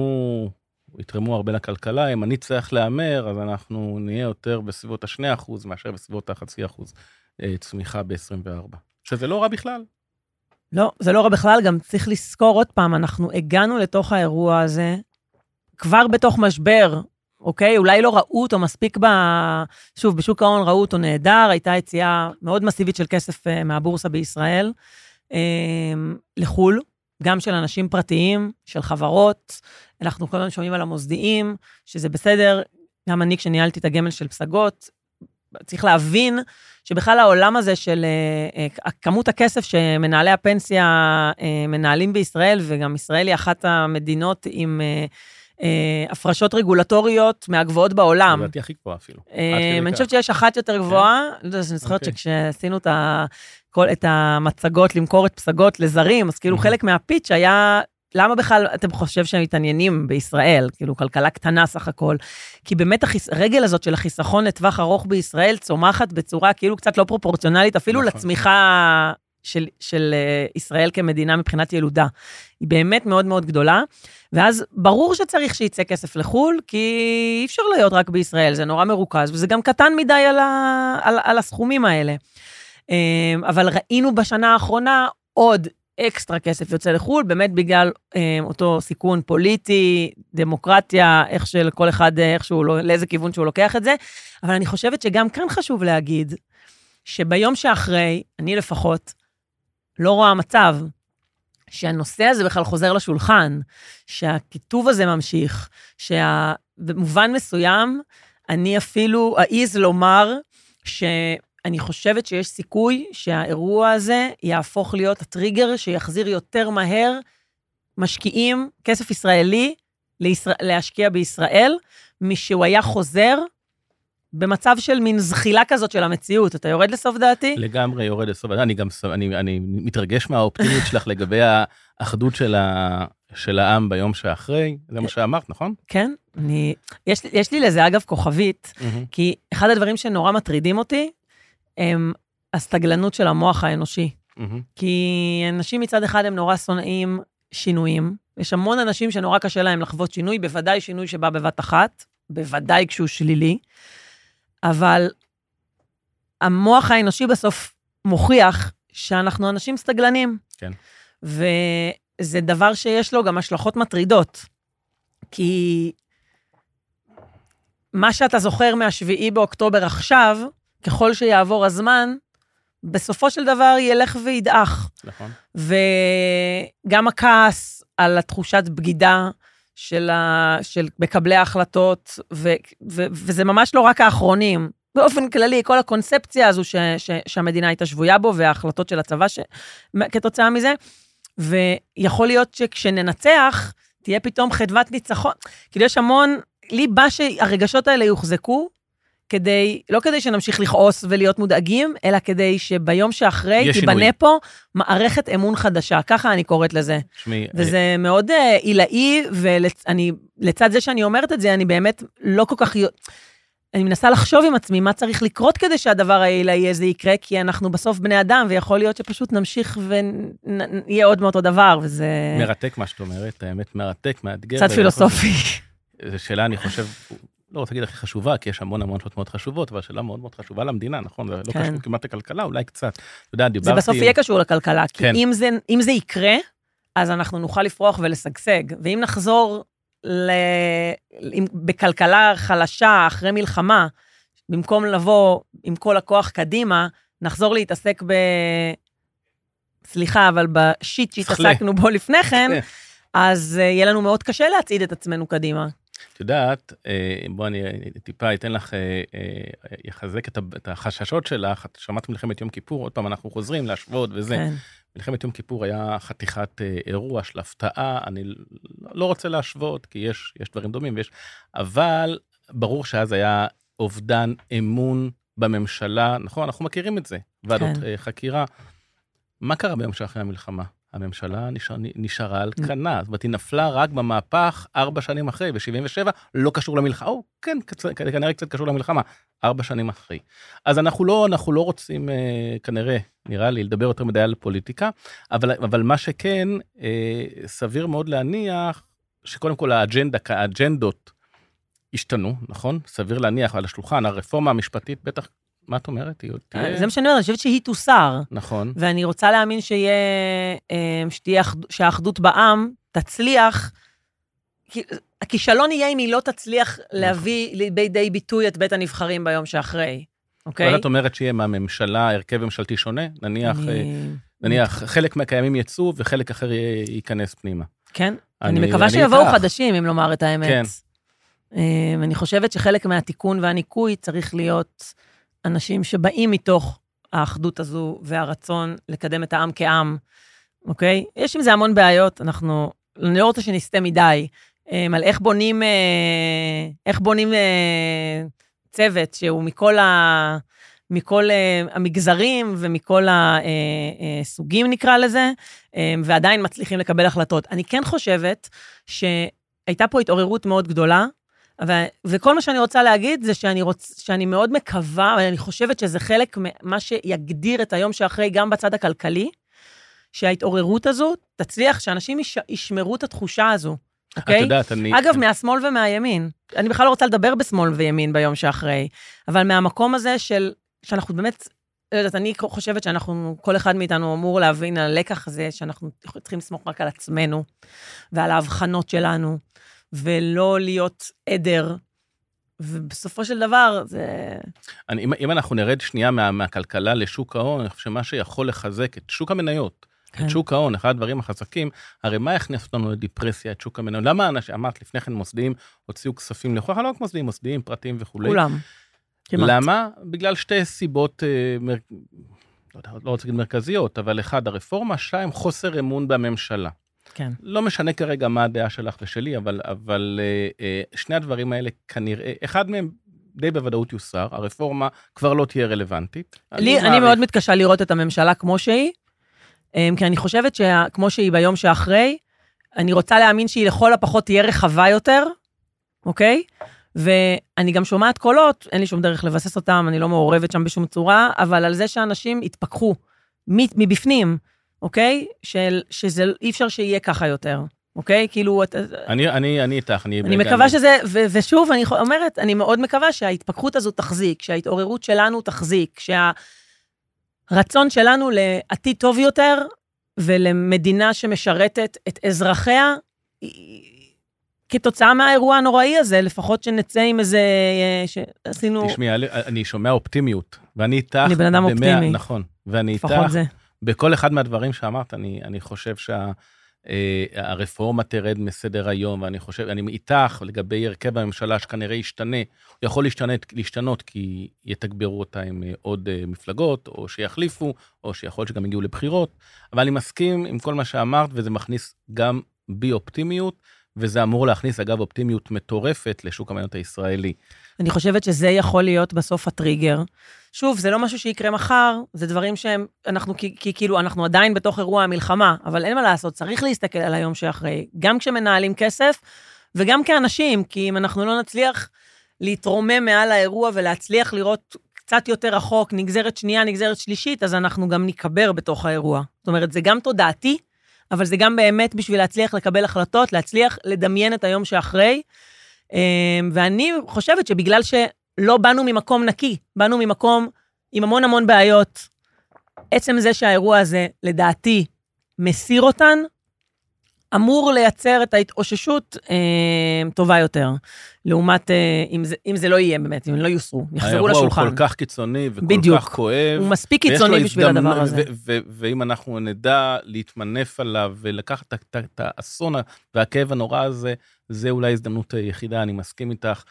יתרמו הרבה לכלכלה. אם אני צריך לאמר, אז אנחנו נהיה יותר בסביבות ה2% מאשר בסביבות ה0.5% צמיחה ב-24. שזה לא רע בכלל. לא, זה לא רע בכלל, גם צריך לזכור עוד פעם, אנחנו הגענו לתוך האירוע הזה, כבר בתוך משבר, אוקיי? אולי לא ראו אותו מספיק שוב, בשוק ההון ראו אותו נהדר, הייתה יציאה מאוד מסיבית של כסף מהבורסה בישראל, לחול, גם של אנשים פרטיים, של חברות, אנחנו כל הזמן שומעים על המוסדיים, שזה בסדר, גם אני כשניהלתי את הגמל של פסגות, צריך להבין שבכלל העולם הזה של כמות הכסף שמנהלי הפנסיה מנהלים בישראל, וגם ישראל היא אחת המדינות עם הפרשות רגולטוריות מהגבוהות בעולם. לדעתי הכי גבוהה אפילו. אני חושבת שיש אחת יותר גבוהה, אני זוכרת שכשעשינו את המצגות למכור את פסגות לזרים, אז כאילו חלק מהפיץ' היה, למה בכלל אתם חושב שהם מתעניינים בישראל, כאילו כלכלה קטנה סך הכל, כי באמת הרגל הזאת של החיסכון לטווח ארוך בישראל צומחת בצורה כאילו קצת לא פרופורציונלית, אפילו לצמיחה של ישראל כמדינה מבחינת ילודה. היא באמת מאוד מאוד גדולה, ואז ברור שצריך שיצא כסף לחול, כי אי אפשר להיות רק בישראל, זה נורא מרוכז, וזה גם קטן מדי על הסכומים האלה. אבל ראינו בשנה האחרונה עוד אקסטרה כסף יוצא לחול, באמת בגלל אותו סיכון פוליטי, דמוקרטיה, איך של כל אחד, לאיזה כיוון שהוא לוקח את זה, אבל אני חושבת שגם כאן חשוב להגיד, שביום שאחרי, אני לפחות, לא רואה מצב, שהנושא הזה בכלל חוזר לשולחן, שהכיתוב הזה ממשיך, שבמובן מסוים, אני אפילו אעז לומר, שאני חושבת שיש סיכוי שהאירוע הזה יהפוך להיות הטריגר שיחזיר יותר מהר משקיעים, כסף ישראלי, להשקיע בישראל, משהוא היה חוזר במצב של מין זחילה כזאת של המציאות. אתה יורד לסוף דעתי? לגמרי יורד לסוף דעתי. אני מתרגש מהאופטימיות שלך לגבי האחדות של העם ביום שאחרי. זה מה שאמרת, נכון? כן. יש לי לזה אגב כוכבית, כי אחד הדברים שנורא מטרידים אותי, הם הסתגלנות של המוח האנושי. כי אנשים מצד אחד הם נורא שונאים שינויים. יש המון אנשים שנורא קשה להם לחוות שינוי, בוודאי שינוי שבא בבת אחת, בוודאי כשהוא שלילי, אבל המוח האנושי בסוף מוכיח שאנחנו אנשים סתגלנים. כן. וזה דבר שיש לו גם השלכות מטרידות. כי מה שאתה זוכר מה7 באוקטובר עכשיו, ככל שיעבור הזמן, בסופו של דבר ילך וידעך. נכון. וגם הכעס על התחושת בגידה של מקבלי ההחלטות, וזה ממש לא רק האחרונים. באופן כללי, כל הקונספציה הזו שהמדינה הייתה שבויה בו, וההחלטות של הצבא כתוצאה מזה, ויכול להיות שכשננצח, תהיה פתאום חדוות ניצחון. כאילו יש המון, לי בא שהרגשות האלה יוחזקו, לא כדי שנמשיך לכעוס ולהיות מודאגים, אלא כדי שביום שאחרי תיבנה פה מערכת אמון חדשה. ככה אני קוראת לזה. וזה מאוד עילאי, ולצד זה שאני אומרת את זה, אני באמת לא כל כך... אני מנסה לחשוב עם עצמי מה צריך לקרות כדי שהדבר העילאי הזה יקרה, כי אנחנו בסוף בני אדם, ויכול להיות שפשוט נמשיך ויהיה עוד מאותו דבר, וזה... מרתק מה שאת אומרת, האמת מרתק, מאתגר. קצת פילוסופי. זו שאלה, אני חושב... לא רוצה להגיד הכי חשובה, כי יש המון שאלות מאוד חשובות, אבל שאלה מאוד מאוד חשובה למדינה, נכון? זה לא קשור כמעט לכלכלה, אולי קצת. זה בסוף יהיה קשור לכלכלה, כי אם זה יקרה, אז אנחנו נוכל לפרוח ולשגשג, ואם נחזור בכלכלה חלשה אחרי מלחמה, במקום לבוא עם כל הכוח קדימה, נחזור להתעסק סליחה, אבל בשיט שהתעסקנו בו לפני כן, אז יהיה לנו מאוד קשה להצעיד את עצמנו קדימה. את יודעת, בוא אני טיפה אתן לך, יחזק את החששות שלך, את שמעת מלחמת יום כיפור, עוד פעם אנחנו חוזרים להשוות וזה. כן. מלחמת יום כיפור היה חתיכת אירוע של הפתעה, אני לא רוצה להשוות, כי יש דברים דומים, אבל ברור שאז היה אובדן אמון בממשלה, נכון, אנחנו מכירים את זה, ועדות חקירה. מה קרה ביום שאחרי המלחמה? הממשלה נשארה על כנה, זאת אומרת, היא נפלה רק במהפך 4 שנים אחרי, ב-77, לא קשור למלחמה, כן, כנראה קצת קשור למלחמה, 4 שנים אחרי. אז אנחנו לא רוצים, כנראה, נראה לי, לדבר יותר מדי על פוליטיקה, אבל מה שכן, סביר מאוד להניח, שקודם כל האג'נדות השתנו, נכון? סביר להניח על השולחן, הרפורמה המשפטית, בטח, מה את אומרת? זה מה שאני אומרת, אני חושבת שהיא תוסר. נכון. ואני רוצה להאמין שהאחדות בעם תצליח, הכישלון יהיה אם היא לא תצליח להביא לידי ביטוי את בית הנבחרים ביום שאחרי, אוקיי? אבל את אומרת שיהיה מהממשלה, הרכב ממשלתי שונה, נניח חלק מהקיימים יצאו וחלק אחר ייכנס פנימה. כן, אני מקווה שיבואו חדשים, אם לומר את האמת. כן. אני חושבת שחלק מהתיקון והניקוי צריך להיות אנשים שבאים מתוך האחדות הזו והרצון לקדם את העם כעם, אוקיי? יש עם זה המון בעיות, אני לא רוצה שנסתה מדי, על איך בונים צוות שהוא מכל המגזרים ומכל הסוגים נקרא לזה, ועדיין מצליחים לקבל החלטות. אני כן חושבת שהייתה פה התעוררות מאוד גדולה, וכל מה שאני רוצה להגיד זה שאני מאוד מקווה, ואני חושבת שזה חלק ממה שיגדיר את היום שאחרי גם בצד הכלכלי, שההתעוררות הזו תצליח, שאנשים ישמרו את התחושה הזו, אוקיי? את יודעת, אגב, מהשמאל ומהימין. אני בכלל לא רוצה לדבר בשמאל וימין ביום שאחרי, אבל מהמקום הזה שאנחנו באמת, אני חושבת כל אחד מאיתנו אמור להבין על הלקח הזה, שאנחנו צריכים לסמוך רק על עצמנו, ועל ההבחנות שלנו, ולא להיות עדר, ובסופו של דבר זה... אם אנחנו נרד שנייה מהכלכלה לשוק ההון, אני חושב שמה שיכול לחזק את שוק המניות, את שוק ההון, אחד הדברים החזקים, הרי מה יכניס אותנו לדיפרסיה, את שוק המניות? למה אנשים, אמרת לפני כן מוסדיים, הוציאו כספים לכוח, לא רק מוסדיים, פרטיים וכו'. כולם. למה? בגלל 2 סיבות, לא רוצה להגיד מרכזיות, אבל 1, הרפורמה, 2, חוסר אמון בממשלה. כן. לא משנה כרגע מה הדעה שלך ושלי, אבל שני הדברים האלה כנראה, אחד מהם די בוודאות יוסר, הרפורמה כבר לא תהיה רלוונטית. אני מאוד מתקשה לראות את הממשלה כמו שהיא, כי אני חושבת שכמו שהיא ביום שאחרי, אני רוצה להאמין שהיא לכל הפחות תהיה רחבה יותר, אוקיי? ואני גם שומעת קולות, אין לי שום דרך לבסס אותם, אני לא מעורבת שם בשום צורה, אבל על זה שאנשים התפכחו מבפנים, אוקיי? שזה אי אפשר שיהיה ככה יותר, אוקיי? כאילו... אני איתך, אני מקווה שזה, ושוב, אני אומרת, אני מאוד מקווה שההתפכחות הזו תחזיק, שההתעוררות שלנו תחזיק, שהרצון שלנו לעתיד טוב יותר, ולמדינה שמשרתת את אזרחיה, כתוצאה מהאירוע הנוראי הזה, לפחות שנצא עם איזה, שעשינו... תשמעי, אני שומע אופטימיות, ואני איתך... אני בן אדם אופטימי. נכון, ואני איתך... בכל אחד מהדברים שאמרת, אני חושב שהרפורמה תרד מסדר היום, ואני חושב, אני איתך לגבי הרכב הממשלה שכנראה ישתנה, הוא יכול להשתנות כי יתגברו אותה עם עוד מפלגות, או שיחליפו, או שיכול שגם יגיעו לבחירות, אבל אני מסכים עם כל מה שאמרת, וזה מכניס גם בי אופטימיות, וזה אמור להכניס, אגב, אופטימיות מטורפת לשוק המניות הישראלי. אני חושבת שזה יכול להיות בסוף הטריגר. שוב, זה לא משהו שיקרה מחר, זה דברים שהם, כאילו, אנחנו עדיין בתוך אירוע המלחמה, אבל אין מה לעשות, צריך להסתכל על היום שאחרי, גם כשמנהלים כסף, וגם כאנשים, כי אם אנחנו לא נצליח להתרומם מעל האירוע, ולהצליח לראות קצת יותר רחוק, נגזרת שנייה, נגזרת שלישית, אז אנחנו גם נקבר בתוך האירוע. זאת אומרת, זה גם תודעתי, אבל זה גם באמת בשביל להצליח לקבל החלטות, להצליח לדמיין את היום שאחרי, ואני חושבת שבגלל שלא באנו ממקום נקי, באנו ממקום עם המון המון בעיות, עצם זה שהאירוע הזה, לדעתי, מסיר אותן, אמור לייצר את ההתאוששות טובה יותר, לעומת, אם זה לא יהיה באמת, אם לא יוסרו, יחזרו לשולחן. האירוע הוא כל כך קיצוני וכל בדיוק. כך כואב. הוא מספיק קיצוני בשביל הדבר הזה. ואם אנחנו נדע להתמנף עליו, ולקחת את האסון והכאב הנורא הזה, זה אולי הזדמנות יחידה, אני מסכים איתך,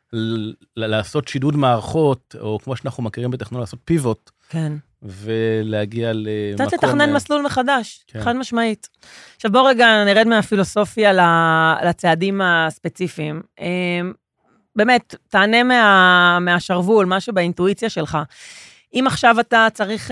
לעשות שידוד מערכות, או כמו שאנחנו מכירים בטכנולוגיה, לעשות פיבוט. כן. ולהגיע למקום... קצת לתכנן מסלול מחדש, חד משמעית. עכשיו בוא רגע נרד מהפילוסופיה לצעדים הספציפיים. באמת, תענה מהשרוול, משהו באינטואיציה שלך. אם עכשיו אתה צריך,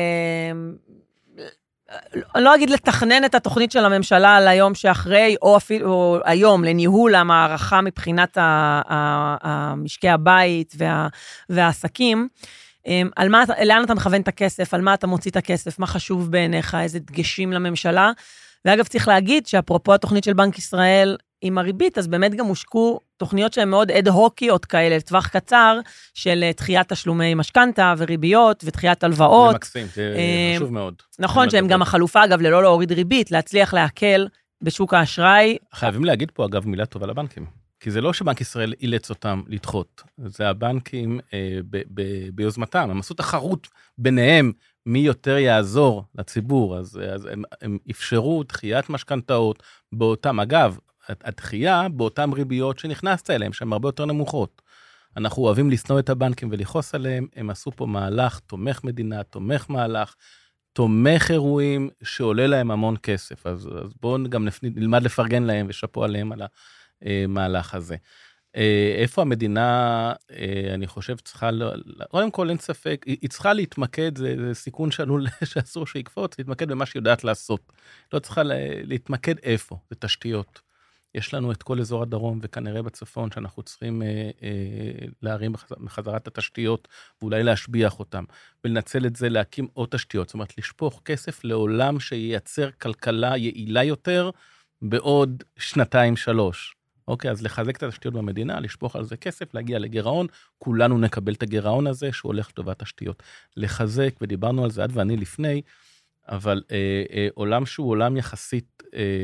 אני לא אגיד לתכנן את התוכנית של הממשלה ליום שאחרי, או אפילו היום, לניהול המערכה מבחינת המשקי הבית והעסקים, לאן אתה מכוון את הכסף, על מה אתה מוציא את הכסף, מה חשוב בעיניך, איזה דגשים לממשלה, ואגב צריך להגיד שאפרופו התוכנית של בנק ישראל עם הריבית, אז באמת גם הושקו תוכניות שהן מאוד אד-הוקיות כאלה, לטווח קצר, של דחיית תשלומי משכנתה וריביות ודחיית הלוואות. זה מקסים, זה חשוב מאוד. נכון, שהם גם החלופה, אגב, ללא להוריד ריבית, להצליח להקל בשוק האשראי. חייבים להגיד פה, אגב, מילה טובה לבנקים. כי זה לא שבנק ישראל אילץ אותם לדחות, זה הבנקים ביוזמתם, הם עשו תחרות ביניהם, מי יותר יעזור לציבור, אז הם אפשרו דחיית משכנתאות באותם, אגב, הדחייה באותם ריביות שנכנסת אליהם, שהן הרבה יותר נמוכות. אנחנו אוהבים לסנוע את הבנקים ולחוס עליהם, הם עשו פה מהלך, תומך מדינה, תומך מהלך, תומך אירועים שעולה להם המון כסף, אז בואו גם נלמד לפרגן להם ושפו עליהם על המהלך הזה. איפה המדינה, אני חושב, צריכה, קודם כל אין ספק, היא צריכה להתמקד, זה סיכון שאסור שיקפוץ, להתמקד במה שהיא יודעת לעשות. לא צריכה להתמקד איפה, זה תשתיות. יש לנו את כל אזור הדרום, וכנראה בצפון, שאנחנו צריכים להרים בחזרת התשתיות, ואולי להשביח אותם, ולנצל את זה להקים עוד תשתיות, זאת אומרת, לשפוך כסף לעולם שייצר כלכלה יעילה יותר, בעוד 2-3. אוקיי, אז לחזק את התשתיות במדינה, לשפוך על זה כסף, להגיע לגירעון, כולנו נקבל את הגירעון הזה, שהוא הולך לטובת תשתיות. לחזק, ודיברנו על זה עד ואני לפני, אבל עולם שהוא עולם יחסית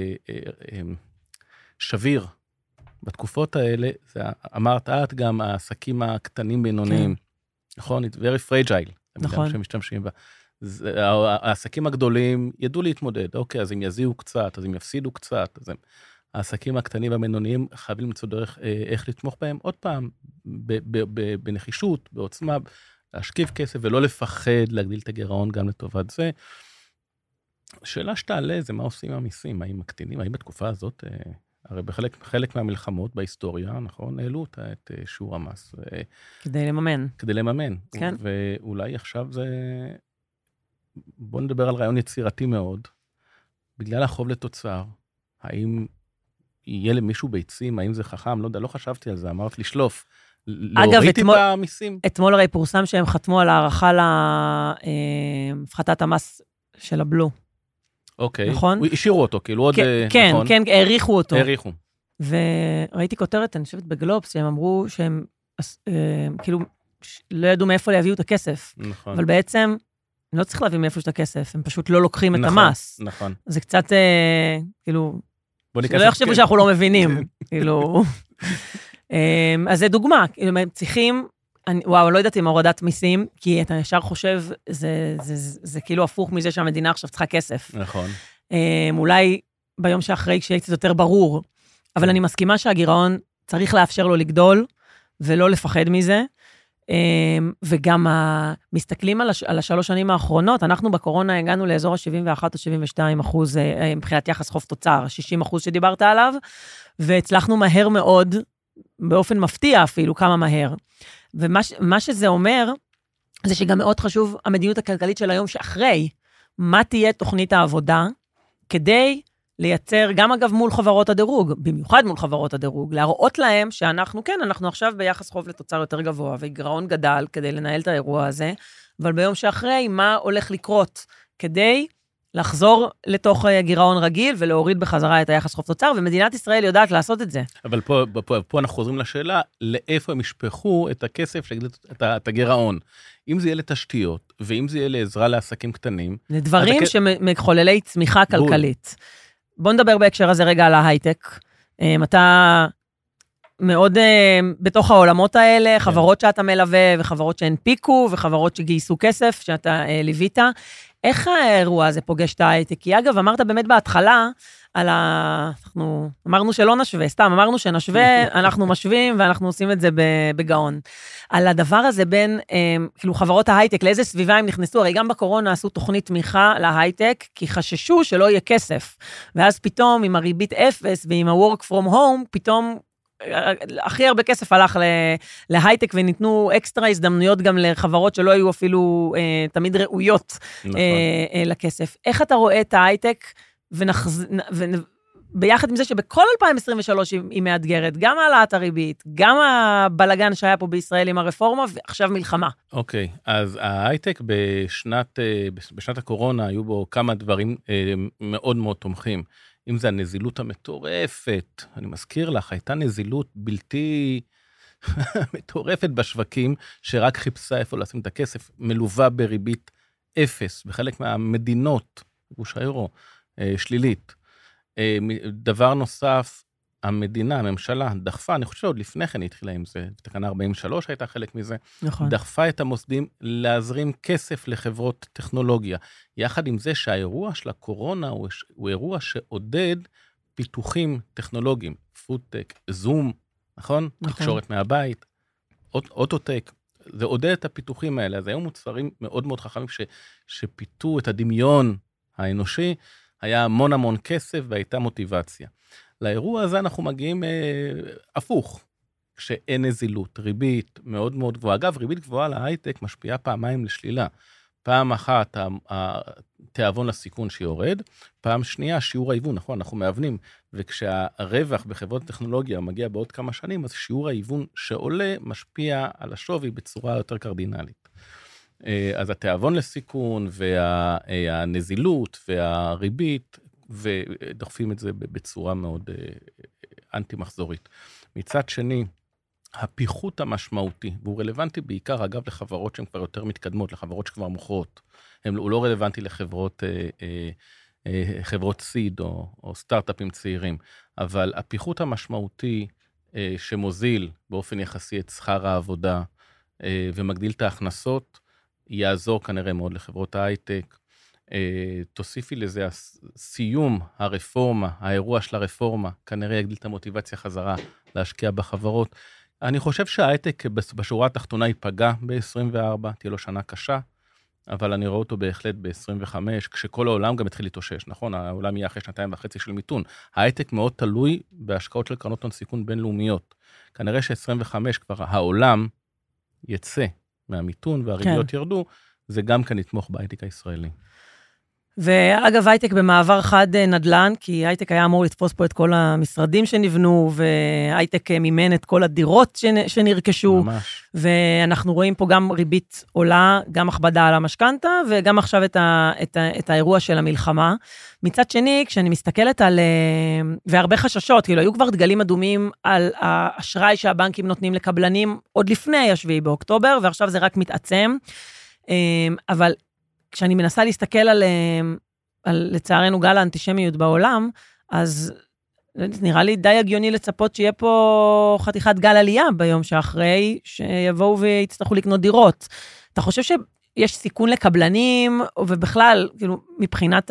שביר, בתקופות האלה, זה, אמרת את גם, העסקים הקטנים בינוניים, נכון? It's very fragile. נכון. שמשתמשים בה. העסקים הגדולים ידעו להתמודד, אוקיי, אז הם יזיעו קצת, אז הם יפסידו קצת, אז הם... העסקים הקטנים והבינוניים חייבים למצוא דרך איך לתמוך בהם, עוד פעם, בנחישות, בעוצמה, להשקיף כסף ולא לפחד להגדיל את הגירעון גם לטובת זה. השאלה שתעלה זה מה עושים המיסים, האם מקטינים, האם בתקופה הזאת, הרי בחלק מהמלחמות בהיסטוריה, נכון, העלו את שיעור המס. כדי לממן. כדי לממן. כן. ואולי עכשיו זה, בואו נדבר על רעיון יצירתי מאוד, בגלל החוב לתוצר, האם יהיה למישהו ביצים, האם זה חכם, לא יודע, לא חשבתי על זה, אמרת לשלוף, להוריד טיפה המיסים. אתמול הרי פורסם שהם חתמו על הערכה להפחתת המס של הבלו. אוקיי. נכון? השאירו אותו, כאילו עוד, כן, נכון? כן, העריכו אותו. העריכו. וראיתי כותרת, אני חושבת בגלובס, שהם אמרו שהם, כאילו, לא ידעו מאיפה להביאו את הכסף. נכון. אבל בעצם, הם לא צריך להביא מאיפה את הכסף, הם פשוט לא לוקחים את המס. נכון. זה קצת, כאילו, שלא יחשבו שאנחנו לא מבינים, כאילו. אז זה דוגמה, כאילו, הם צריכים, וואו, לא יודעת אם הורדת מיסים, כי אתה ישר חושב, זה כאילו הפוך מזה שהמדינה עכשיו צריכה כסף. נכון. אולי ביום שאחרי, כשיהיה קצת יותר ברור, אבל אני מסכימה שהגירעון צריך לאפשר לו לגדול, ולא לפחד מזה, וגם מסתכלים על 3 שנים האחרונות, אנחנו בקורונה הגענו לאזור ה-71 או 72% מבחינת יחס חוב תוצר, 60% שדיברת עליו, והצלחנו מהר מאוד, באופן מפתיע אפילו, כמה מהר. ומה שזה אומר, זה שגם מאוד חשוב המדיניות הכלכלית של היום שאחרי, מה תהיה תוכנית העבודה, כדי לייצר, גם אגב מול חברות הדירוג, במיוחד מול חברות הדירוג, להראות להם שאנחנו, כן, אנחנו עכשיו ביחס חוב לתוצר יותר גבוה, וגירעון גדל כדי לנהל את האירוע הזה, אבל ביום שאחרי, מה הולך לקרות כדי לחזור לתוך גירעון רגיל, ולהוריד בחזרה את היחס חוב תוצר, ומדינת ישראל יודעת לעשות את זה. אבל פה אנחנו חוזרים לשאלה, לאיפה הם ישפכו את הכסף, את הגירעון. אם זה יהיה לתשתיות, ואם זה יהיה לעזרה לעסקים קטנים. לדברים שמחוללי צמיחה כלכלית. בוא נדבר בהקשר הזה רגע על ההייטק. אתה מאוד בתוך העולמות האלה, חברות שאתה מלווה, וחברות שהנפיקו, וחברות שגייסו כסף, שאתה ליווית. איך האירוע הזה פוגש את ההייטק? כי אגב, אמרת באמת בהתחלה, אנחנו אמרנו שלא נשווה, סתם אמרנו שנשווה, אנחנו משווים, ואנחנו עושים את זה בגאון. על הדבר הזה בין, כאילו חברות ההייטק, לאיזה סביבה הם נכנסו, הרי גם בקורונה עשו תוכנית תמיכה להייטק, כי חששו שלא יהיה כסף. ואז פתאום עם הריבית 0, ועם ה-work from home, פתאום הכי הרבה כסף הלך להייטק, וניתנו אקסטרה הזדמנויות גם לחברות שלא היו אפילו תמיד ראויות לכסף. איך אתה רואה את ההייטק, ביחד עם זה שבכל 2023 היא מאתגרת, גם העלאת הריבית, גם הבלגן שהיה פה בישראל עם הרפורמה, ועכשיו מלחמה. אוקיי, אז ההייטק בשנת הקורונה, היו בו כמה דברים מאוד מאוד תומכים. אם זה הנזילות המטורפת, אני מזכיר לך, הייתה נזילות בלתי מטורפת בשווקים, שרק חיפשה איפה לשים את הכסף, מלווה בריבית אפס, בחלק מהמדינות, גוש האירו, שלילית. דבר נוסף, הממשלה, דחפה, אני חושב שעוד לפני כן התחילה עם זה, תקנה 43 הייתה חלק מזה, נכון. דחפה את המוסדים להזרים כסף לחברות טכנולוגיה, יחד עם זה שהאירוע של הקורונה הוא אירוע שעודד פיתוחים טכנולוגיים, פודטק, זום, נכון? תקשורת מהבית, אוטוטק, זה עודד את הפיתוחים האלה, אז היו מוצרים מאוד מאוד חכמים שפיתו את הדמיון האנושי, היה המון כסף והייתה מוטיבציה. לאירוע הזה אנחנו מגיעים הפוך, כשאין נזילות, ריבית מאוד מאוד גבוהה. אגב, ריבית גבוהה להייטק משפיעה פעמיים לשלילה. פעם אחת התיאבון לסיכון שיורד, פעם שנייה שיעור ההיוון, נכון, אנחנו מאבנים, וכשהרווח בחברות טכנולוגיה מגיע בעוד כמה שנים, אז שיעור ההיוון שעולה משפיע על השווי בצורה יותר קרדינלית. אז התיאבון לסיכון והנזילות והריבית, ודוחפים את זה בצורה מאוד אנטי-מחזורית. מצד שני, הפיחות המשמעותי, והוא רלוונטי בעיקר, אגב, לחברות שהן כבר יותר מתקדמות, לחברות שכבר מוכרות. הוא לא רלוונטי לחברות סיד או סטארט-אפים צעירים, אבל הפיחות המשמעותי שמוזיל באופן יחסי את שכר העבודה ומגדיל את ההכנסות, יעזור כנראה מאוד לחברות ההייטק. תוסיפי לזה סיום הרפורמה, האירוע של הרפורמה, כנראה יגדיל את המוטיבציה חזרה להשקיע בחברות. אני חושב שההייטק בשורה התחתונה ייפגע ב-24, תהיה לו שנה קשה, אבל אני רואה אותו בהחלט ב-25, כשכל העולם גם התחיל להתאושש, נכון? העולם יהיה אחרי 2.5 של מיתון. ההייטק מאוד תלוי בהשקעות של קרנות הון סיכון בינלאומיות. כנראה ש-25 כבר העולם יצא מהמיתון והריביות ירדו, זה גם כאן יתמוך בהייטק הישראלי. ואגב, הייטק במעבר חד נדל"ן, כי הייטק היה אמור לתפוס פה את כל המשרדים שנבנו, והייטק מימן את כל הדירות שנרכשו, ממש. ואנחנו רואים פה גם ריבית עולה, גם הכבדה על המשכנתה, וגם עכשיו את האירוע של המלחמה. מצד שני, כשאני מסתכלת על, והרבה חששות, כאילו היו כבר דגלים אדומים על האשראי שהבנקים נותנים לקבלנים, עוד לפני 7 באוקטובר, ועכשיו זה רק מתעצם, אבל כשאני מנסה להסתכל על לצערנו גל האנטישמיות בעולם, אז נראה לי די הגיוני לצפות שיהיה פה חתיכת גל עלייה ביום שאחרי, שיבואו ויצטרכו לקנות דירות. אתה חושב שיש סיכון לקבלנים, ובכלל, כאילו, מבחינת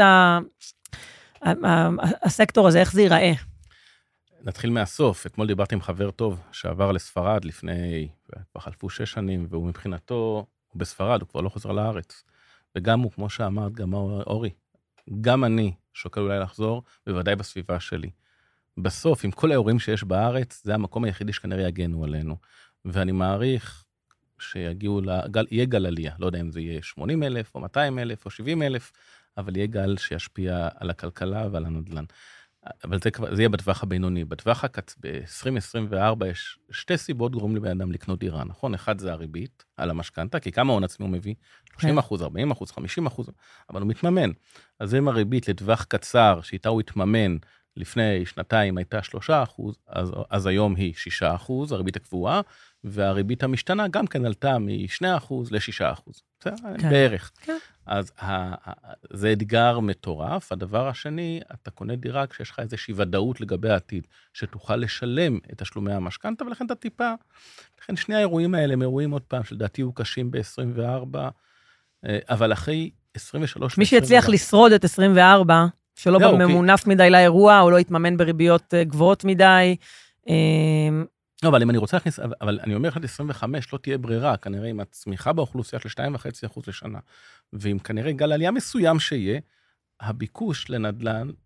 הסקטור הזה, איך זה ייראה? נתחיל מהסוף. אתמול דיברתי עם חבר טוב שעבר לספרד לפני, חלפו 6 שנים, והוא מבחינתו, הוא בספרד, הוא כבר לא חוזר לארץ. וגם הוא, כמו שאמרת, גם אורי, גם אני שוקל אולי לחזור, בוודאי בסביבה שלי. בסוף, עם כל האירועים שיש בארץ, זה המקום היחידי שכנראה יגנו עלינו. ואני מעריך יהיה גל עלייה. לא יודע אם זה יהיה 80,000 או 200,000 או 70,000, אבל יהיה גל שישפיע על הכלכלה ועל הנדל"ן. אבל זה יהיה בטווח הבינוני. בטווח ב-2024 יש 2 סיבות גורמים לבן אדם לקנות דירה, נכון? אחד זה הריבית על המשכנתה, כי כמה הון עצמי הוא מביא? 30%, 40%, 50%, אבל הוא מתממן. אז אם הריבית לטווח קצר, שאיתה הוא התממן לפני 2 הייתה 3%, אז היום היא 6%, הריבית הקבועה, והריבית המשתנה גם כן עלתה מ2% ל6%. בערך. אז זה אתגר מטורף. הדבר השני, אתה קונה דירה כשיש לך איזושהי ודאות לגבי העתיד, שתוכל לשלם את תשלומי המשכנתה, ולכן אתה טיפה, לכן שני האירועים האלה הם אירועים עוד פעם, שלדעתי הוא קשים ב-24, אבל אחרי 23... מי שיצליח לשרוד את 24, שלא בממונף מדי לאירוע, או לא יתממן בריביות גבוהות מדי. לא, אבל אם אני רוצה להכניס, אבל אני אומר עד 25 לא תהיה ברירה, כנראה עם הצמיחה באוכלוסייה של 2.5% לשנה, ועם כנראה גל עלייה מסוים שיהיה, הביקוש לנדל"ן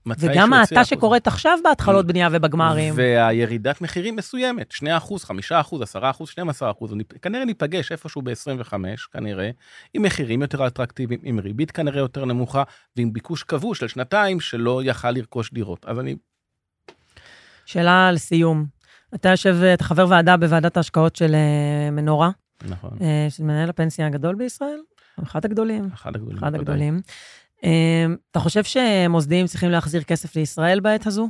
וגם ההאטה שקורית עכשיו בהתחלות בנייה ובגמרים. והירידת מחירים מסוימת, 2%, 5%, 10%, 12%, כנראה ניפגש איפשהו ב-25, כנראה, עם מחירים יותר אטרקטיביים, עם ריבית כנראה יותר נמוכה, ועם ביקוש קבוע של שנתיים שלא יכל לרכוש דירות. אז אני... שאלה לסיום. אתה חבר ועדה בוועדת ההשקעות של מנורה. נכון. של מנהל הפנסיה הגדול בישראל? אחד הגדולים. אחד הגדולים. אחד הגדולים. אתה חושב שמוסדים צריכים להחזיר כסף לישראל בעת הזו?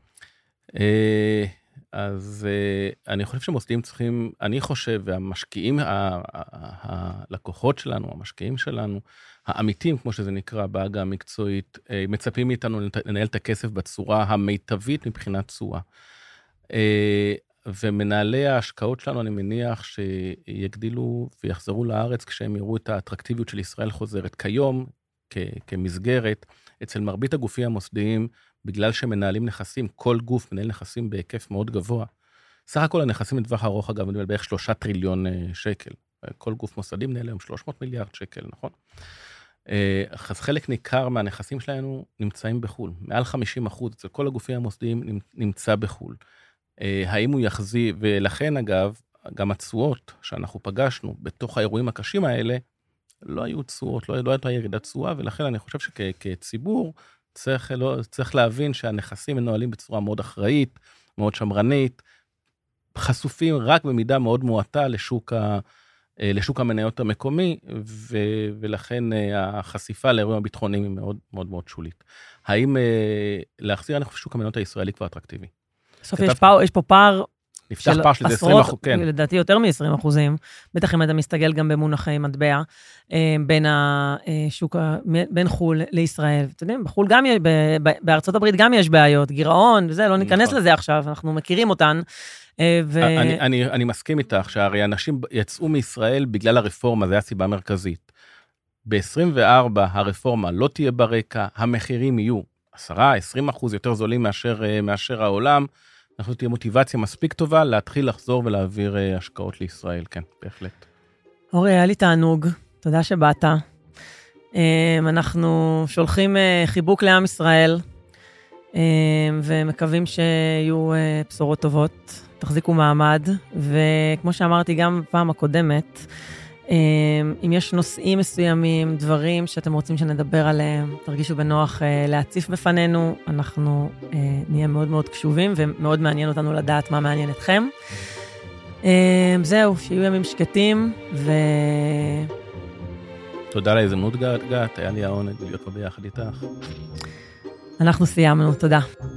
אז אני חושב שמוסדים צריכים, אני חושב, והמשקיעים, הלקוחות שלנו, המשקיעים שלנו, האמיתים, כמו שזה נקרא, בעגה המקצועית, מצפים מאיתנו לנהל את הכסף בצורה המיטבית מבחינת תשואה. ומנהלי ההשקעות שלנו, אני מניח שיגדילו ויחזרו לארץ כשהם יראו את האטרקטיביות של ישראל חוזרת. כיום, כמסגרת, אצל מרבית הגופים המוסדיים, בגלל שמנהלים נכסים, כל גוף מנהל נכסים בהיקף מאוד גבוה. סך הכל הנכסים לטווח ארוך, אגב, מדובר בערך 3 טריליון שקל. כל גוף מוסדי מנהל היום 300 מיליארד שקל, נכון? אז חלק ניכר מהנכסים שלנו נמצאים בחול. מעל 50% אצל כל הגופים המוסדיים נמצא בחול. האם הוא יחזיר, ולכן אגב, גם התשואות שאנחנו פגשנו בתוך האירועים הקשים האלה, לא היו תשואות, לא הייתה ירידת תשואה, ולכן אני חושב שכציבור צריך להבין שהנכסים מנוהלים בצורה מאוד אחראית, מאוד שמרנית, חשופים רק במידה מאוד מועטה לשוק המניות המקומי, ולכן החשיפה לאירועים הביטחוניים היא מאוד מאוד מאוד שולית. האם להחזיר, אני חושב ששוק המניות הישראלי כבר אטרקטיבי. בסוף יש פה פער נפתח פער של 20%, כן. לדעתי יותר מ-20%, בטח אם אתה מסתגל גם במונחי מטבע, בין חול לישראל. אתם יודעים, בחול גם, בארצות הברית גם יש בעיות, גירעון, וזה, לא ניכנס לזה עכשיו, אנחנו מכירים אותן. אני מסכים איתך, שהרי אנשים יצאו מישראל בגלל הרפורמה, זה היה סיבה מרכזית. ב-24 הרפורמה לא תהיה ברקע, המחירים יהיו 10-20% יותר זולים מאשר העולם, אנחנו תהיה מוטיבציה מספיק טובה להתחיל לחזור ולהעביר השקעות לישראל, כן, בהחלט. אורי, היה לי תענוג, תודה שבאת. אנחנו שולחים חיבוק לעם ישראל, ומקווים שיהיו בשורות טובות, תחזיקו מעמד, וכמו שאמרתי גם בפעם הקודמת, אם יש נושאים מסוימים, דברים שאתם רוצים שנדבר עליהם, תרגישו בנוח להציף בפנינו, אנחנו נהיה מאוד מאוד קשובים, ומאוד מעניין אותנו לדעת מה מעניין אתכם. זהו, שיהיו ימים שקטים, תודה על ההזדמנות, גת, היה לי העונג להיות פה ביחד איתך. אנחנו סיימנו, תודה.